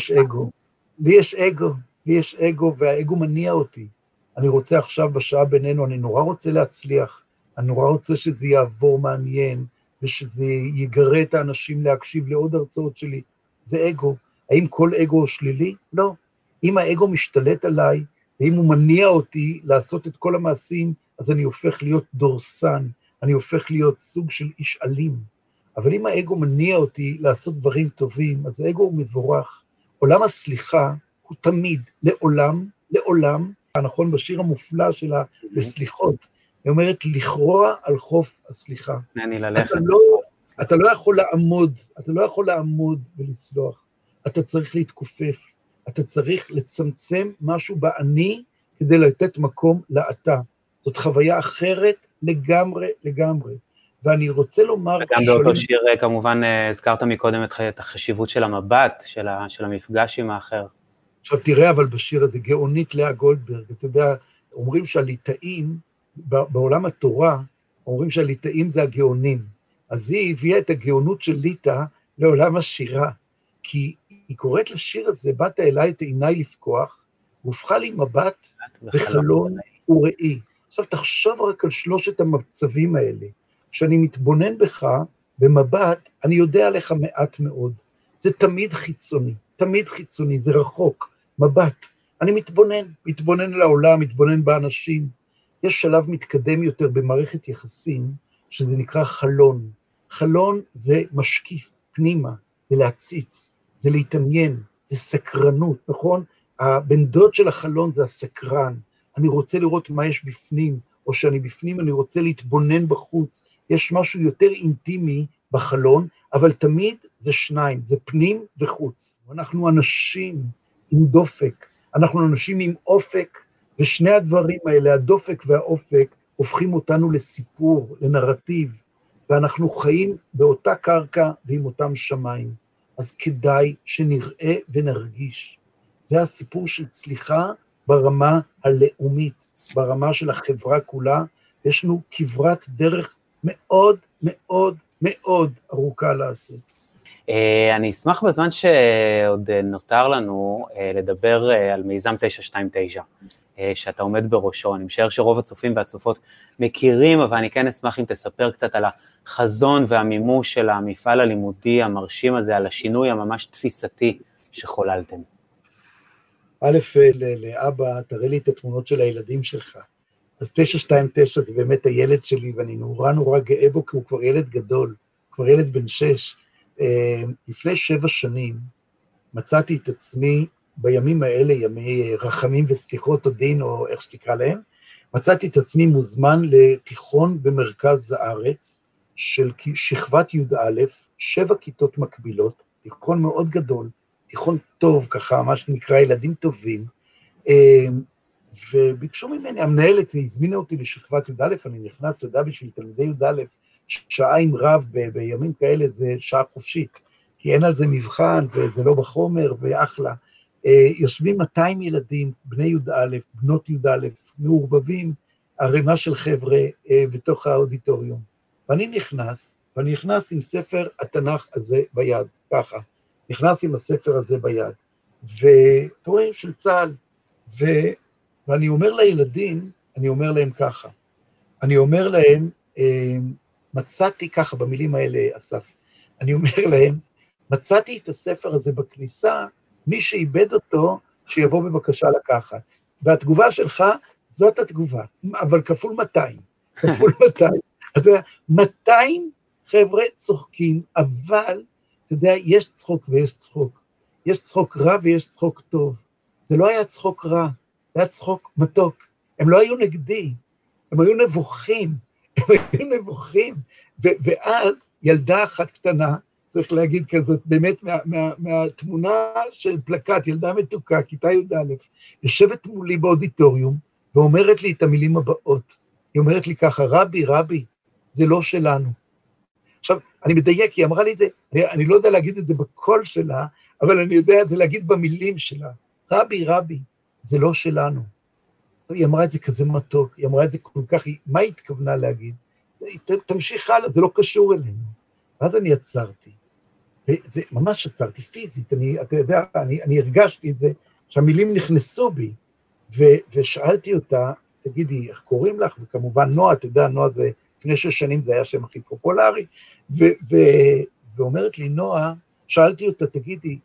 יש אגו, והאגו מניע אותי. אני רוצה עכשיו בשעה בינינו, אני נורא רוצה להצליח, אני נורא רוצה שזה יעבור מעניין, ושזה יגרה את האנשים להקשיב לעוד הרצאות שלי. זה אגו. האם כל אגו הוא שלילי? לא. אם האגו משתלט עליי, ואם הוא מניע אותי לעשות את כל המעשים, אז אני הופך להיות דורסן, אני הופך להיות סוג של איש אלים. אבל אם האגו מניע אותי לעשות דברים טובים, אז האגו הוא מבורך. עולם הסליחה הוא תמיד, לעולם, הנכון בשיר המופלא שלה, בסליחות, היא אומרת, לכרוע על חוף הסליחה. אתה לא יכול לעמוד ולסלוח, אתה צריך להתכופף, אתה צריך לצמצם משהו באני, כדי לתת מקום לאתה. זאת חוויה אחרת לגמרי. ואני רוצה לומר... וגם באותו שיר, כמובן, הזכרת מקודם את החשיבות של המבט, של המפגש עם האחר. עכשיו תראה, אבל בשיר הזה, גאונית לאה גולדברג, אתה יודע, אומרים שהליטאים, בעולם התורה, אומרים שהליטאים זה הגאונים. אז היא הביאה את הגאונות של ליטא לעולם השירה, כי היא קוראת לשיר הזה, באת אליי את עיניי לפקוח, והופכה לי מבט בחלון וראי. עכשיו תחשוב רק על שלושת המצבים האלה, כשאני מתבונן בך במבט, אני יודע עליך מעט מאוד. זה תמיד חיצוני, זה רחוק, מבט. אני מתבונן לעולם, מתבונן באנשים. יש שלב מתקדם יותר במערכת יחסים, שזה נקרא חלון. חלון זה משקיף פנימה, זה להציץ, זה להתעניין, זה סקרנות, נכון? הבן דוד של החלון זה הסקרן. אני רוצה לראות מה יש בפנים, או שאני בפנים, אני רוצה להתבונן בחוץ. יש משהו יותר אינטימי בחלון, אבל תמיד זה שניים, זה פנים וחוץ. אנחנו אנשים עם דופק, אנחנו אנשים עם אופק, ושני הדברים האלה, הדופק והאופק, הופכים אותנו לסיפור, לנרטיב, ואנחנו חיים באותה קרקע ועם אותם שמיים. אז כדאי שנראה ונרגיש. זה הסיפור של סליחה ברמה הלאומית, ברמה של החברה כולה. יש לנו כברת דרך מאוד מאוד מאוד ארוכה לעשות. אני אשמח בזמן שעוד נותר לנו לדבר על מיזם 929, שאתה עומד בראשו. אני משער שרוב הצופים והצופות מכירים, אבל אני כן אשמח אם תספר קצת על החזון והמימוש של המפעל הלימודי המרשים הזה, על השינוי הממש תפיסתי שחוללתם. א', לאבא, תראה לי את התמונות של הילדים שלך. אז 929 זה באמת הילד שלי, ואני נורא גאה בו, כי הוא כבר ילד גדול, כבר ילד בן 6. לפני 7 שנים מצאתי את עצמי בימים האלה, ימי רחמים וסליחות או דין, או איך שתקרא להם, מצאתי את עצמי מוזמן לתיכון במרכז הארץ, של שכבת י"א, 7 כיתות מקבילות, תיכון מאוד גדול, תיכון טוב, ככה, מה שנקרא ילדים טובים, וביקשו ממני, המנהלת הזמינה אותי לשכבת י"א, אני נכנס לדע בשביל תלמידי י"א, שעה עם רב בימים כאלה זה שעה חופשית, כי אין על זה מבחן וזה לא בחומר ואחלה. יושבים 200 ילדים, בני י"א, בנות י"א, מעורבבים, ערימה של חבר'ה בתוך האודיטוריום. ואני נכנס עם ספר התנ"ך הזה ביד, ככה. נכנס עם הספר הזה ביד, ותוראים של צה"ל, ואני אומר לילדים, אני אומר להם ככה, אני אומר להם, מצאתי ככה במילים האלה, אסף, אני אומר להם, מצאתי את הספר הזה בכניסה, מי שאיבד אותו, שיבוא בבקשה לקחת. והתגובה שלך, זאת התגובה, אבל כפול 200, כפול 200. אתה יודע, 200 חבר'ה צוחקים, אבל, אתה יודע, יש צחוק ויש צחוק. יש צחוק רע ויש צחוק טוב. זה לא היה צחוק רע, זה היה צחוק מתוק. הם לא היו נגדי, הם היו נבוכים, ואז ילדה אחת קטנה, צריך להגיד כזאת, באמת מהתמונה של פלקט, ילדה מתוקה, כיתה י"א, יושבת מולי באודיטוריום, ואומרת לי את המילים הבאות. היא אומרת לי ככה, רבי, זה לא שלנו. עכשיו, אני מדייק, היא אמרה לי את זה, אני לא יודע להגיד את זה בקול שלה, אבל אני יודע את זה להגיד במילים שלה. רבי, זה לא שלנו. היא אמרה את זה כזה מתוק, היא אמרה את זה כל כך, מה היא התכוונה להגיד? תמשיך הלאה, זה לא קשור אלינו. ואז אני עצרתי, וזה ממש עצרתי, פיזית, אתה יודע, אני הרגשתי את זה, שהמילים נכנסו בי, ושאלתי אותה, תגידי, איך קוראים לך? וכמובן נועה, אתה יודע, נועה זה, לפני 6 שנים זה היה השם הכי פופולרי, ואומרת לי, נועה, שאלתי אותה, תגידי,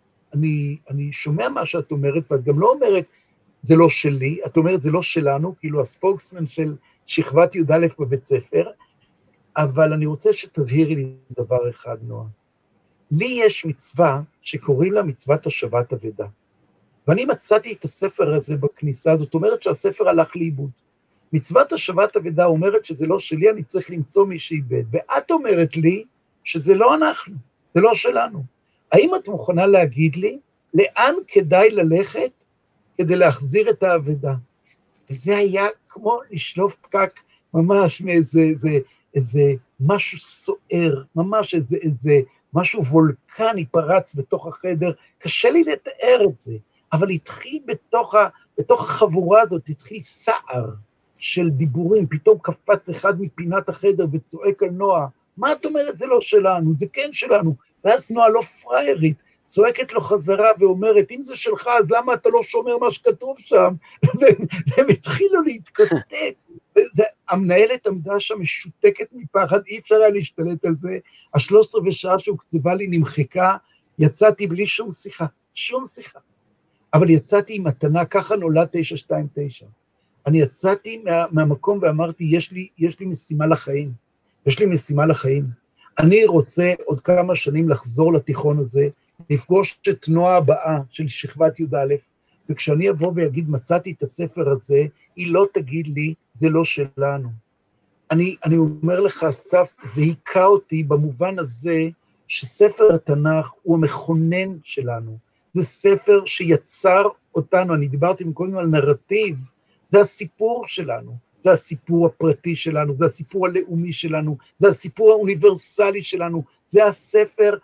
אני שומע מה שאת אומרת, ואת גם לא אומרת, זה לא שלי, את אומרת, זה לא שלנו, כאילו הספוקסמן של שכבת י"א בבית ספר, אבל אני רוצה שתבהירי לי דבר אחד, נועה. לי יש מצווה שקוראים לה מצוות השבת אבדה. ואני מצאתי את הספר הזה בכניסה, זאת אומרת שהספר הלך לאיבוד. מצוות השבת אבדה אומרת שזה לא שלי, אני צריך למצוא מי שאיבד. ואת אומרת לי שזה לא אנחנו, זה לא שלנו. האם את מוכנה להגיד לי לאן כדאי ללכת כדי להחזיר את האבדה? וזה היה כמו לשלוף פקק ממש מאיזה משהו סוער, ממש איזה משהו וולקני פרץ בתוך החדר, קשה לי לתאר את זה, אבל התחיל בתוך החבורה הזאת, התחיל סער של דיבורים, פתאום קפץ אחד מפינת החדר וצועק על נועה, מה את אומרת זה לא שלנו, זה כן שלנו, ואז נועה לא פריירית, צועקת לו חזרה ואומרת, אם זה שלך, אז למה אתה לא שומר מה שכתוב שם? והם התחילו להתקוטט, המנהלת עמדה שם משותקת מפחד, אי אפשר היה להשתלט על זה, 13 שעה שהוקצבה לי נמחקה, יצאתי בלי שום שיחה, אבל יצאתי עם מתנה, ככה נולד 929, אני יצאתי מהמקום ואמרתי, יש לי משימה לחיים, אני רוצה עוד כמה שנים לחזור לתיכון הזה, לפגוש את נועה הבאה של שכבת י"א, וכשאני אבוא ויגיד, מצאתי את הספר הזה, היא לא תגיד לי, זה לא שלנו. אני אומר לך, אסף, זה היכה אותי במובן הזה, שספר התנ"ך הוא המכונן שלנו. זה ספר שיצר אותנו, אני דיברתי מקודם על נרטיב, זה הסיפור שלנו, זה הסיפור הפרטי שלנו, זה הסיפור הלאומי שלנו, זה הסיפור האוניברסלי שלנו, זה הספר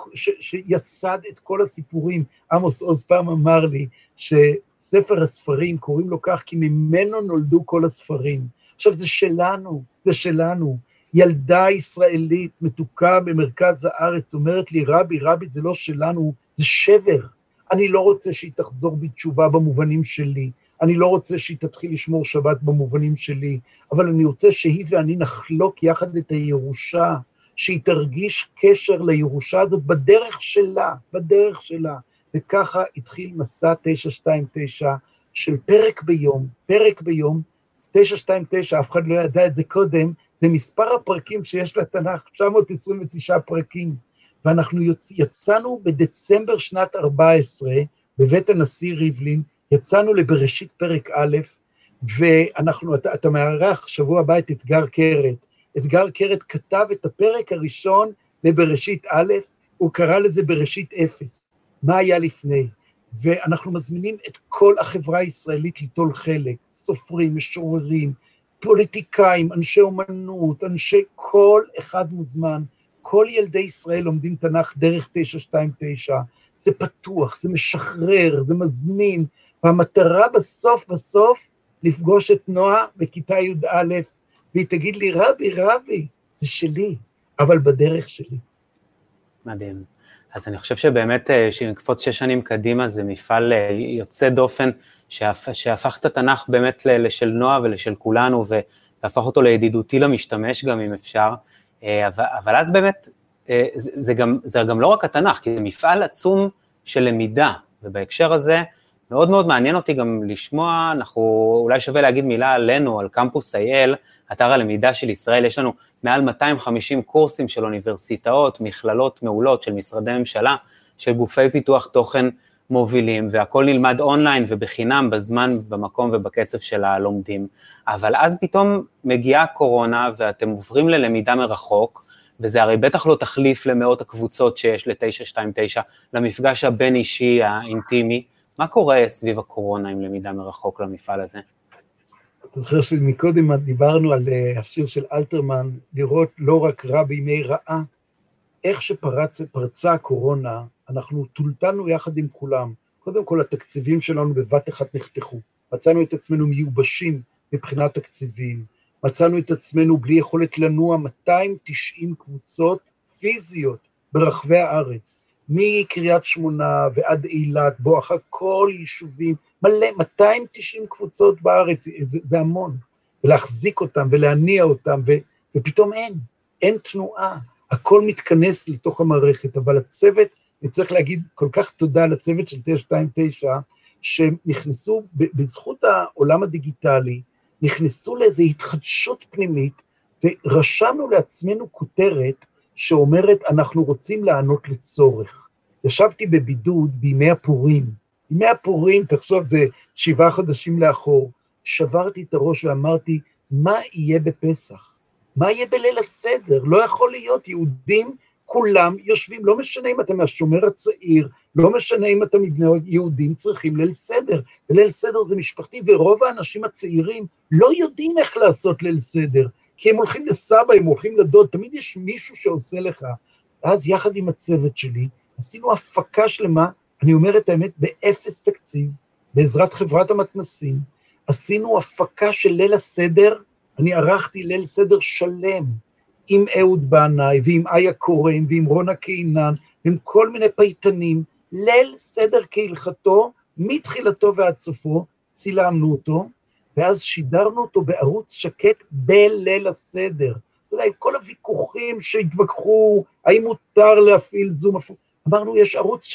שיסד את כל הסיפורים. עמוס עוז פעם אמר לי שספר הספרים קוראים לו כך, כי ממנו נולדו כל הספרים. עכשיו זה שלנו, ילדה ישראלית מתוקה במרכז הארץ, אומרת לי, רבי, זה לא שלנו, זה שבר. אני לא רוצה שהיא תחזור בתשובה במובנים שלי, אני לא רוצה שהיא תתחיל לשמור שבת במובנים שלי, אבל אני רוצה שהיא ואני נחלוק יחד את הירושה, שהיא תרגיש קשר לירושה הזאת בדרך שלה, וככה התחיל מסע 929 של פרק ביום, 929, אף אחד לא ידע את זה קודם, זה מספר הפרקים שיש לתנ"ך, 929 פרקים, ואנחנו יצאנו בדצמבר שנת 14, בבית הנשיא ריבלין, יצאנו לבראשית פרק א', אתה מארח שבוע הבא את אתגר קרת. אתגר קרת כתב את הפרק הראשון לבראשית א', הוא קרא לזה בראשית 0. מה היה לפני. ואנחנו מזמינים את כל החברה הישראלית ליטול חלק, סופרים, משוררים, פוליטיקאים, אנשי אומנות, אנשי כל אחד מוזמן, כל ילדי ישראל לומדים תנ"ך דרך 929, זה פתוח, זה משחרר, זה מזמין, והמטרה בסוף, לפגוש את נועה בכיתה י"א, והיא תגיד לי, רבי, זה שלי, אבל בדרך שלי. מדהים. אז אני חושב שבאמת, שנקפוץ 6 שנים קדימה, זה מפעל יוצא דופן, שהפך את התנ"ך באמת לשל נועה ולשל כולנו, והפך אותו לידידותי למשתמש גם אם אפשר, אבל אז באמת, זה גם לא רק התנ"ך, כי זה מפעל עצום של למידה, ובהקשר הזה, מאוד מאוד מעניין אותי גם לשמוע, אולי שווה להגיד מילה עלינו, על קמפוס IL, אתר הלמידה של ישראל, יש לנו מעל 250 קורסים של אוניברסיטאות, מכללות מעולות של משרדי ממשלה, של גופי פיתוח תוכן מובילים, והכל נלמד אונליין ובחינם בזמן, במקום ובקצב של הלומדים. אבל אז פתאום מגיעה הקורונה, ואתם עוברים ללמידה מרחוק, וזה הרי בטח לא תחליף למאות הקבוצות שיש ל-929, למפגש הבין אישי האינטימי. מה קורה סביב הקורונה עם למידה מרחוק למפעל הזה? אתה זוכר שמקודם דיברנו על השיר של אלתרמן, לראות לא רק רע בימי רעה, איך שפרצה הקורונה, אנחנו טולטלנו יחד עם כולם. קודם כל, התקציבים שלנו בבת אחת נחתכו. מצאנו את עצמנו מיובשים מבחינת תקציבים. מצאנו את עצמנו בלי יכולת לנוע 290 קבוצות פיזיות ברחבי הארץ. מקריית שמונה ועד אילת, בואכה כל יישובים, מלא, 290 קבוצות בארץ, זה המון. ולהחזיק אותם ולהניע אותם, ופתאום אין תנועה. הכל מתכנס לתוך המערכת, אבל הצוות, אני צריך להגיד כל כך תודה לצוות של 929, שנכנסו, בזכות העולם הדיגיטלי, נכנסו לאיזו התחדשות פנימית, ורשמנו לעצמנו כותרת, שאומרת, אנחנו רוצים לענות לצורך. ישבתי בבידוד בימי הפורים. ימי הפורים, תחשוב, זה 7 חודשים לאחור. שברתי את הראש ואמרתי, מה יהיה בפסח? מה יהיה בליל הסדר? לא יכול להיות, יהודים כולם יושבים, לא משנה אם אתה מהשומר הצעיר, לא משנה אם אתה מבני יהודים צריכים ליל סדר. וליל סדר זה משפחתי, ורוב האנשים הצעירים לא יודעים איך לעשות ליל סדר. כי הם הולכים לסבא, הם הולכים לדוד, תמיד יש מישהו שעושה לך. אז יחד עם הצוות שלי, עשינו הפקה שלמה, אני אומר את האמת, באפס תקציב, בעזרת חברת המתנסים, עשינו הפקה של ליל הסדר, אני ערכתי ליל סדר שלם, עם אהוד בנאי, ועם איה קורן, ועם רונה קינן, ועם כל מיני פייטנים, ליל סדר כהלכתו, מתחילתו ועד סופו, צילמנו אותו, ואז שידרנו אותו בערוץ שקט בליל הסדר. אתה יודע, כל הוויכוחים שהתווכחו, האם מותר להפעיל זום, אמרנו, יש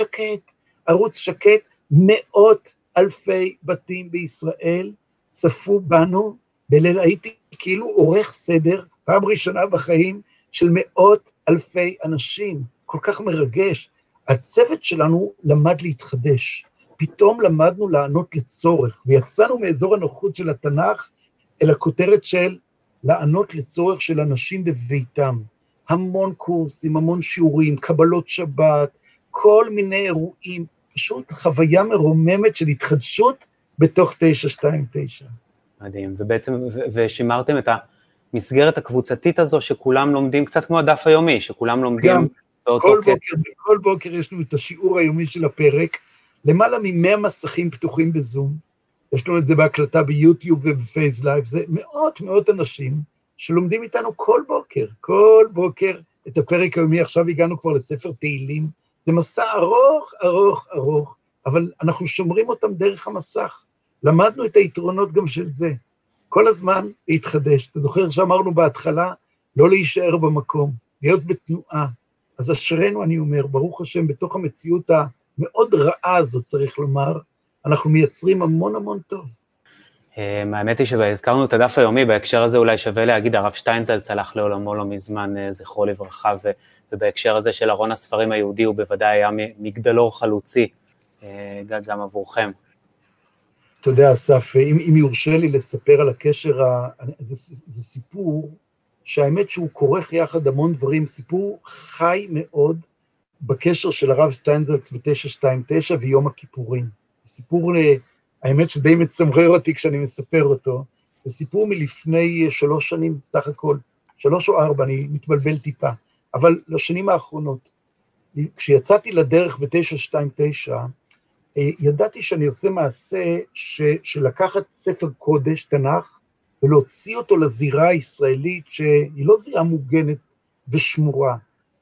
ערוץ שקט, 100,000 בתים בישראל צפו בנו, בליל הייתי כאילו עורך סדר, פעם ראשונה בחיים, של 100,000 אנשים, כל כך מרגש. הצוות שלנו למד להתחדש, פתאום למדנו לענות לצורך, ויצאנו מאזור הנוחות של התנ"ך, אל הכותרת של לענות לצורך של אנשים בביתם. המון קורסים, המון שיעורים, קבלות שבת, כל מיני אירועים, פשוט חוויה מרוממת של התחדשות בתוך 929. מדהים, ובעצם, ושימרתם את המסגרת הקבוצתית הזו, שכולם לומדים קצת כמו הדף היומי, שכולם לומדים גם, באותו כל בוקר יש לנו את השיעור היומי של הפרק, למעלה מ100 מסכים פתוחים בזום, יש לנו את זה בהקלטה ביוטיוב ובפייס לייב, זה מאות אנשים שלומדים איתנו כל בוקר את הפרק היומי, עכשיו הגענו כבר לספר תהילים, זה מסע ארוך, אבל אנחנו שומרים אותם דרך המסך, למדנו את היתרונות גם של זה, כל הזמן להתחדש, אתה זוכר שאמרנו בהתחלה, לא להישאר במקום, להיות בתנועה, אז אשרנו אני אומר, ברוך השם, בתוך המציאות המאוד רעה הזאת צריך לומר, אנחנו מייצרים המון טוב. האמת היא שהזכרנו את הדף היומי, בהקשר הזה אולי שווה להגיד, הרב שטיינזלץ הלך לעולמו לא מזמן, זכרו לברכה, ובהקשר הזה של ארון הספרים היהודי, הוא בוודאי היה מגדלור חלוצי, גם עבורכם. אתה יודע, אסף, אם יורשה לי לספר על הקשר, זה סיפור שהאמת שהוא כורך יחד המון דברים, סיפור חי מאוד, בקשר של הרב שטיינזלץ ב-929 ויום הכיפורים. זה סיפור, האמת שדי מצמרר אותי כשאני מספר אותו, זה סיפור מלפני 3 שנים, סך הכל, 3 או 4, אני מתבלבל טיפה, אבל לשנים האחרונות, כשיצאתי לדרך ב-929, ידעתי שאני עושה מעשה של לקחת ספר קודש, תנ"ך, ולהוציא אותו לזירה הישראלית, שהיא לא זירה מוגנת ושמורה,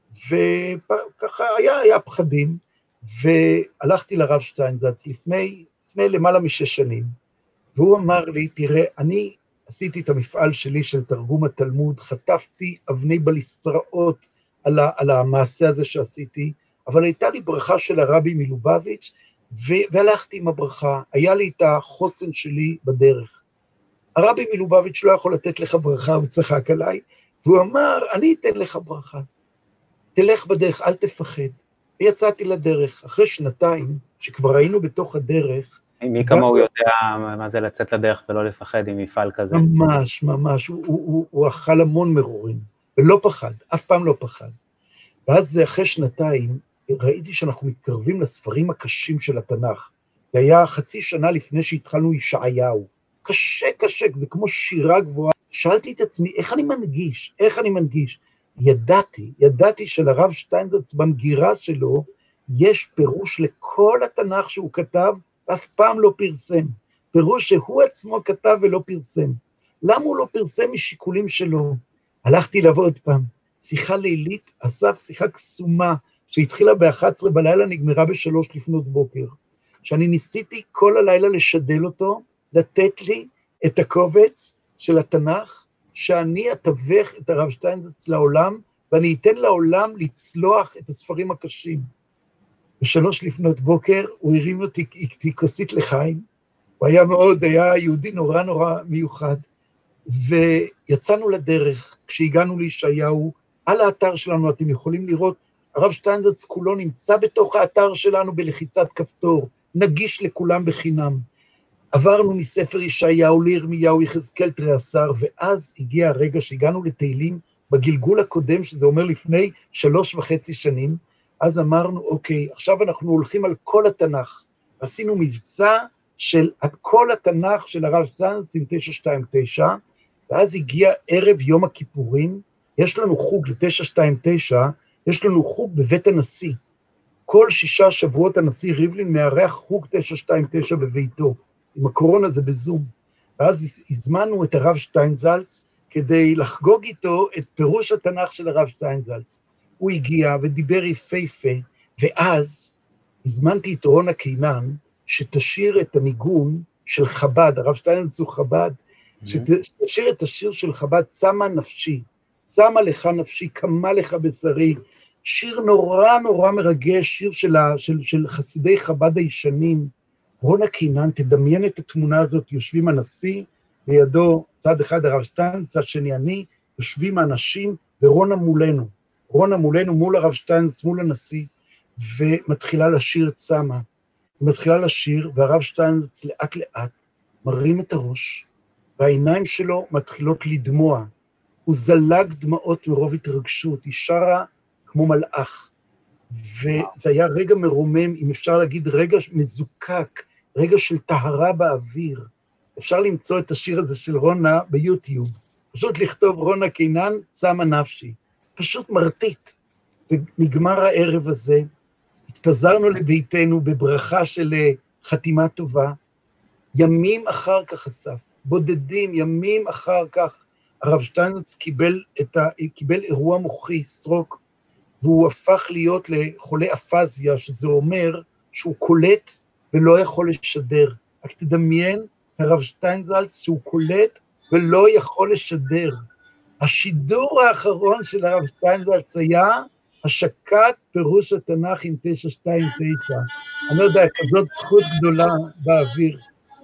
וככה היה פחדים, והלכתי לרב שטיינזלץ לפני למעלה מ6 שנים, והוא אמר לי, תראה, אני עשיתי את המפעל שלי של תרגום התלמוד, חטפתי אבני בליסטראות על המעשה הזה שעשיתי, אבל הייתה לי ברכה של הרבי מלובביץ', והלכתי עם הברכה, היה לי את החוסן שלי בדרך. הרבי מלובביץ' לא יכול לתת לך ברכה, הוא צחק עליי, והוא אמר, אני אתן לך ברכה, תלך בדרך, אל תפחד. ויצאתי לדרך, אחרי 2 שכבר היינו בתוך הדרך, מי כמה הוא יודע מה זה לצאת לדרך ולא לפחד עם מפעל כזה? ממש, ממש, הוא אכל המון מרורים, ולא פחד, אף פעם לא פחד. ואז אחרי 2 ראיתי שאנחנו מתקרבים לספרים הקשים של התנ"ך. זה היה 0.5 שנה לפני שהתחלנו ישעיהו. קשה, זה כמו שירה גבוהה. שאלתי את עצמי, איך אני מנגיש? ידעתי שלרב שטיינזלץ במגירה שלו, יש פירוש לכל התנ"ך שהוא כתב, ואף פעם לא פרסם. פירוש שהוא עצמו כתב ולא פרסם. למה הוא לא פרסם משיקולים שלו? הלכתי לבוא עוד פעם. שיחה לילית, אסף שיחה קסומה, שהתחילה ב-11 בלילה, נגמרה ב-3 לפנות בוקר. שאני ניסיתי כל הלילה לשדל אותו, לתת לי את הקובץ של התנ"ך, שאני אתווך את הרב שטיינזלץ לעולם, ואני אתן לעולם לצלוח את הספרים הקשים. ב-3 לפנות בוקר, הוא הרים אותי כוסית לחיים, הוא היה יהודי נורא מיוחד, ויצאנו לדרך, כשהגענו לישעיהו, על האתר שלנו אתם יכולים לראות, הרב שטיינזלץ כולו נמצא בתוך האתר שלנו בלחיצת כפתור, נגיש לכולם בחינם. עברנו מספר ישעיהו לירמיהו, יחזקאל תריעשר, ואז הגיע הרגע שהגענו לתהילים בגלגול הקודם, שזה אומר לפני 3.5 שנים, אז אמרנו, אוקיי, עכשיו אנחנו הולכים על כל התנ"ך. עשינו מבצע של כל התנ"ך של הרב שטיינזלץ עם 929, ואז הגיע ערב יום הכיפורים, יש לנו חוג ל-929, יש לנו חוג בבית הנשיא. כל 6 שבועות הנשיא ריבלין מארח חוג 929 בביתו. עם הקורונה זה בזום. ואז הזמנו את הרב שטיינזלץ כדי לחגוג איתו את פירוש התנ"ך של הרב שטיינזלץ. הוא הגיע ודיבר יפהפה, ואז הזמנתי את רונה קינן, שתשיר את הניגון של חב"ד, הרב שטיינזלץ הוא חב"ד, שתשיר את השיר של חב"ד, שמה נפשי, שמה לך נפשי, קמה לך בשרי, שיר נורא מרגש, שיר של חסידי חב"ד הישנים. רונה קינן, תדמיין את התמונה הזאת, יושבים הנשיא, לידו צד אחד הרב שטיינזלץ, צד שני אני, יושבים האנשים, ורונה מולנו, מול הרב שטיינזלץ, מול הנשיא, ומתחילה לשיר את שמה. היא מתחילה לשיר, והרב שטיינזלץ לאט מרים את הראש, והעיניים שלו מתחילות לדמוע. הוא זלג דמעות מרוב התרגשות, היא שרה כמו מלאך. וזה היה רגע מרומם, אם אפשר להגיד רגע מזוקק, רגע של טהרה באוויר. אפשר למצוא את השיר הזה של רונה ביוטיוב. פשוט לכתוב רונה קינן, שמה נפשי. פשוט מרטיט. ונגמר הערב הזה, התפזרנו לביתנו בברכה של חתימה טובה. ימים אחר כך אסף, בודדים, ימים אחר כך, הרב שטיינזלץ קיבל אירוע מוחי, סטרוק, והוא הפך להיות לחולה אפזיה, שזה אומר שהוא קולט ולא יכול לשדר. רק תדמיין, הרב שטיינזלץ שהוא קולט ולא יכול לשדר. השידור האחרון של הרב שטיינזלץ היה השקת פירוש התנ"ך עם 929. אני לא יודע, כזאת זכות גדולה באוויר.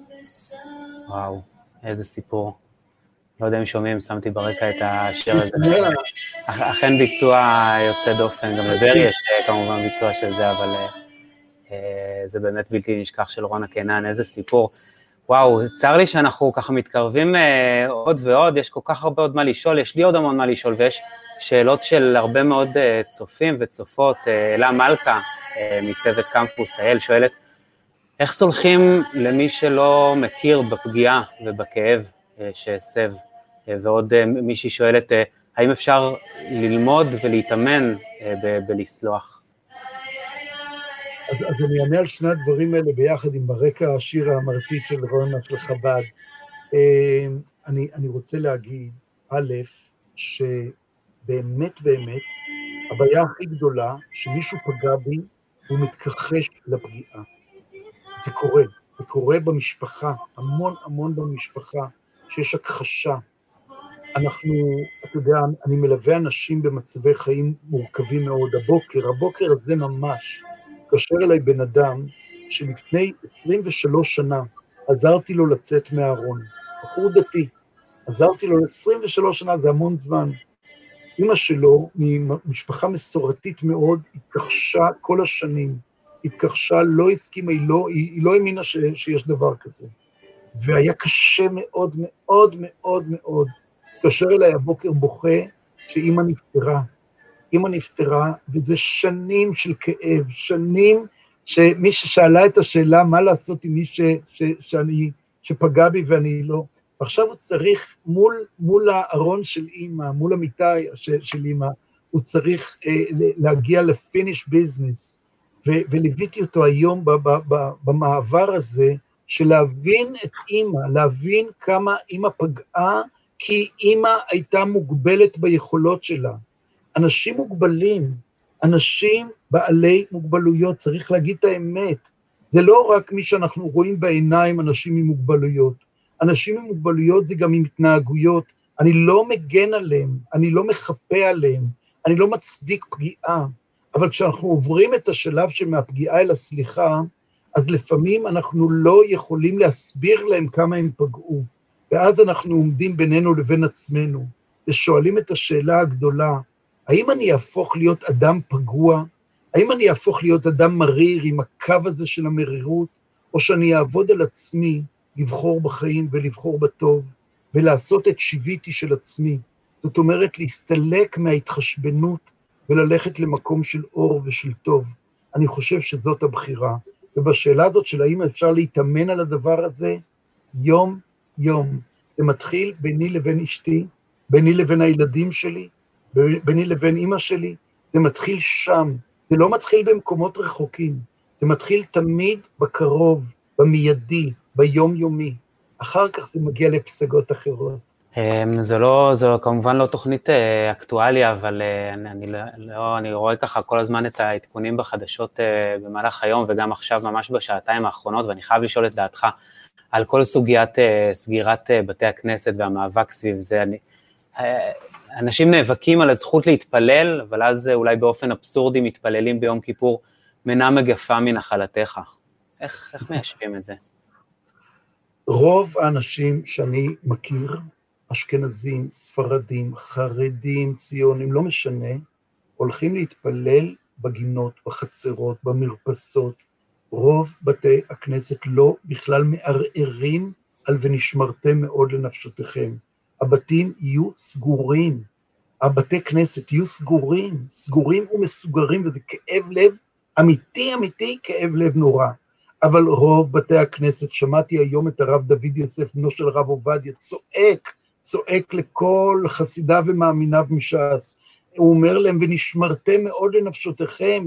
וואו, איזה סיפור. לא יודע אם שומעים, שמתי ברקע את השיר הזה. אכן ביצוע יוצא דופן, גם לברי יש כמובן ביצוע של זה, אבל זה באמת בלתי נשכח של רונה קינן, איזה סיפור. וואו, צר לי שאנחנו ככה מתקרבים עוד ועוד, יש כל כך הרבה עוד מה לשאול, יש לי עוד המון מה לשאול, ויש שאלות של הרבה מאוד צופים וצופות. אלה מלכה מצוות קמפוס IL שואלת, איך סולחים למי שלא מכיר בפגיעה ובכאב שהסב? ועוד מישהי שואלת, האם אפשר ללמוד ולהתאמן בלסלוח? אז אני אענה על שני הדברים האלה ביחד עם הרקע השיר המרטיט של רונה של חב"ד. אני רוצה להגיד, א', שבאמת באמת, הבעיה הכי גדולה, שמישהו פגע בי, הוא מתכחש לפגיעה. זה קורה במשפחה, המון המון במשפחה, שיש הכחשה. אתה יודע, אני מלווה אנשים במצבי חיים מורכבים מאוד. הבוקר הזה ממש, קשר אליי בן אדם שלפני 23 שנה עזרתי לו לצאת מהארון, בחור דתי, עזרתי לו 23 שנה, זה המון זמן. אמא שלו, ממשפחה מסורתית מאוד, התכחשה כל השנים, התכחשה, לא הסכימה, היא לא האמינה שיש דבר כזה. והיה קשה מאוד מאוד מאוד מאוד. קשר אליי הבוקר בוכה שאמא נפטרה. אמא נפטרה, וזה שנים של כאב, שנים שמי ששאלה את השאלה מה לעשות עם מי שפגע בי ואני לא. ועכשיו הוא צריך מול הארון של אמא, מול המיטה של אמא, הוא צריך להגיע לפיניש ביזנס, וליוויתי אותו היום במעבר הזה, של להבין את אמא, להבין כמה אמא פגעה, כי אמא הייתה מוגבלת ביכולות שלה. אנשים מוגבלים, אנשים בעלי מוגבלויות, צריך להגיד את האמת. זה לא רק מי שאנחנו רואים בעיניים אנשים עם מוגבלויות. אנשים עם מוגבלויות זה גם עם התנהגויות. אני לא מגן עליהם, אני לא מחפה עליהם, אני לא מצדיק פגיעה. אבל כשאנחנו עוברים את השלב שמהפגיעה אל הסליחה, אז לפעמים אנחנו לא יכולים להסביר להם כמה הם פגעו. ואז אנחנו עומדים בינינו לבין עצמנו, ושואלים את השאלה הגדולה, האם אני אהפוך להיות אדם פגוע? האם אני אהפוך להיות אדם מריר עם הקו הזה של המרירות? או שאני אעבוד על עצמי, לבחור בחיים ולבחור בטוב, ולעשות את שיוויתי של עצמי? זאת אומרת, להסתלק מההתחשבנות, וללכת למקום של אור ושל טוב. אני חושב שזאת הבחירה. ובשאלה הזאת של האם אפשר להתאמן על הדבר הזה, יום יום. זה מתחיל ביני לבין אשתי, ביני לבין הילדים שלי, ביני לבין אמא שלי, זה מתחיל שם, זה לא מתחיל במקומות רחוקים, זה מתחיל תמיד בקרוב, במיידי, ביומיומי, אחר כך זה מגיע לפסגות אחרות. זו כמובן לא תוכנית אקטואליה, אבל אני רואה ככה כל הזמן את העדכונים בחדשות במהלך היום, וגם עכשיו ממש בשעתיים האחרונות, ואני חייב לשאול את דעתך על כל סוגיית סגירת בתי הכנסת והמאבק סביב זה. אנשים נאבקים על הזכות להתפלל, אבל אז אולי באופן אבסורדי מתפללים ביום כיפור, מנה מגפה מנחלתך. איך מיישבים את זה? רוב האנשים שאני מכיר, אשכנזים, ספרדים, חרדים, ציונים, לא משנה, הולכים להתפלל בגינות, בחצרות, במרפסות. רוב בתי הכנסת לא בכלל מערערים על ונשמרתם מאוד לנפשותיכם. הבתים יהיו סגורים, הבתי כנסת יהיו סגורים ומסוגרים, וזה כאב לב אמיתי, כאב לב נורא. אבל רוב בתי הכנסת, שמעתי היום את הרב דוד יוסף, בנו של הרב עובדיה, צועק לכל חסידיו ומאמיניו מש"ס. הוא אומר להם, ונשמרתם מאוד לנפשותיכם,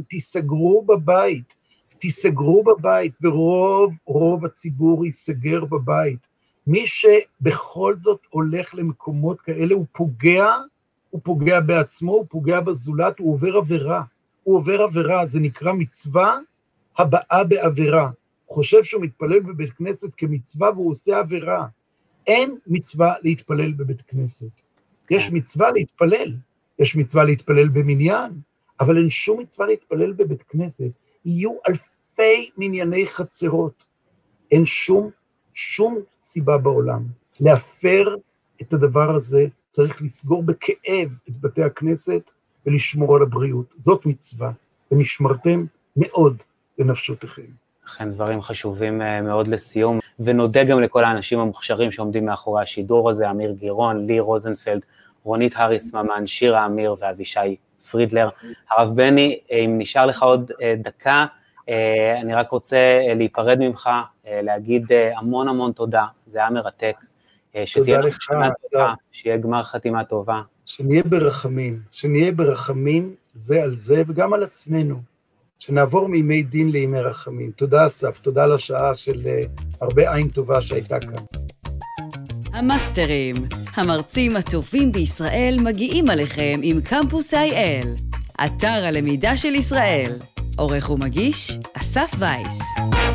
תיסגרו בבית, ורוב הציבור ייסגר בבית. מי שבכל זאת הולך למקומות כאלה, הוא פוגע בעצמו, הוא פוגע בזולת, הוא עובר עבירה, זה נקרא מצווה הבאה בעבירה. הוא חושב שהוא מתפלל בבית כנסת כמצווה, והוא עושה עבירה. אין מצווה להתפלל בבית כנסת. יש מצווה להתפלל במניין, אבל אין שום מצווה להתפלל בבית כנסת. יהיו אלפי מנייני חצרות. אין שום סיבה בעולם. להפר את הדבר הזה, צריך לסגור בכאב את בתי הכנסת ולשמור על הבריאות. זאת מצווה, ונשמרתם מאוד לנפשותיכם. אכן דברים חשובים מאוד לסיום, ונודה גם לכל האנשים המוכשרים שעומדים מאחורי השידור הזה, אמיר גירון, לי רוזנפלד, רונית הריס ממן, שירה אמיר ואבישי פרידלר. הרב בני, אם נשאר לך עוד דקה, אני רק רוצה להיפרד ממך, להגיד המון המון תודה, זה היה מרתק, שתהיה לך שנה טובה, שיהיה גמר חתימה טובה. שנהיה ברחמים זה על זה וגם על עצמנו, שנעבור מימי דין לימי רחמים. תודה אסף, תודה לשעה של הרבה עין טובה שהייתה כאן. המאסטרים, המרצים הטובים בישראל מגיעים עליכם עם קמפוס IL, אתר הלמידה של ישראל. עורך ומגיש, אסף וייס.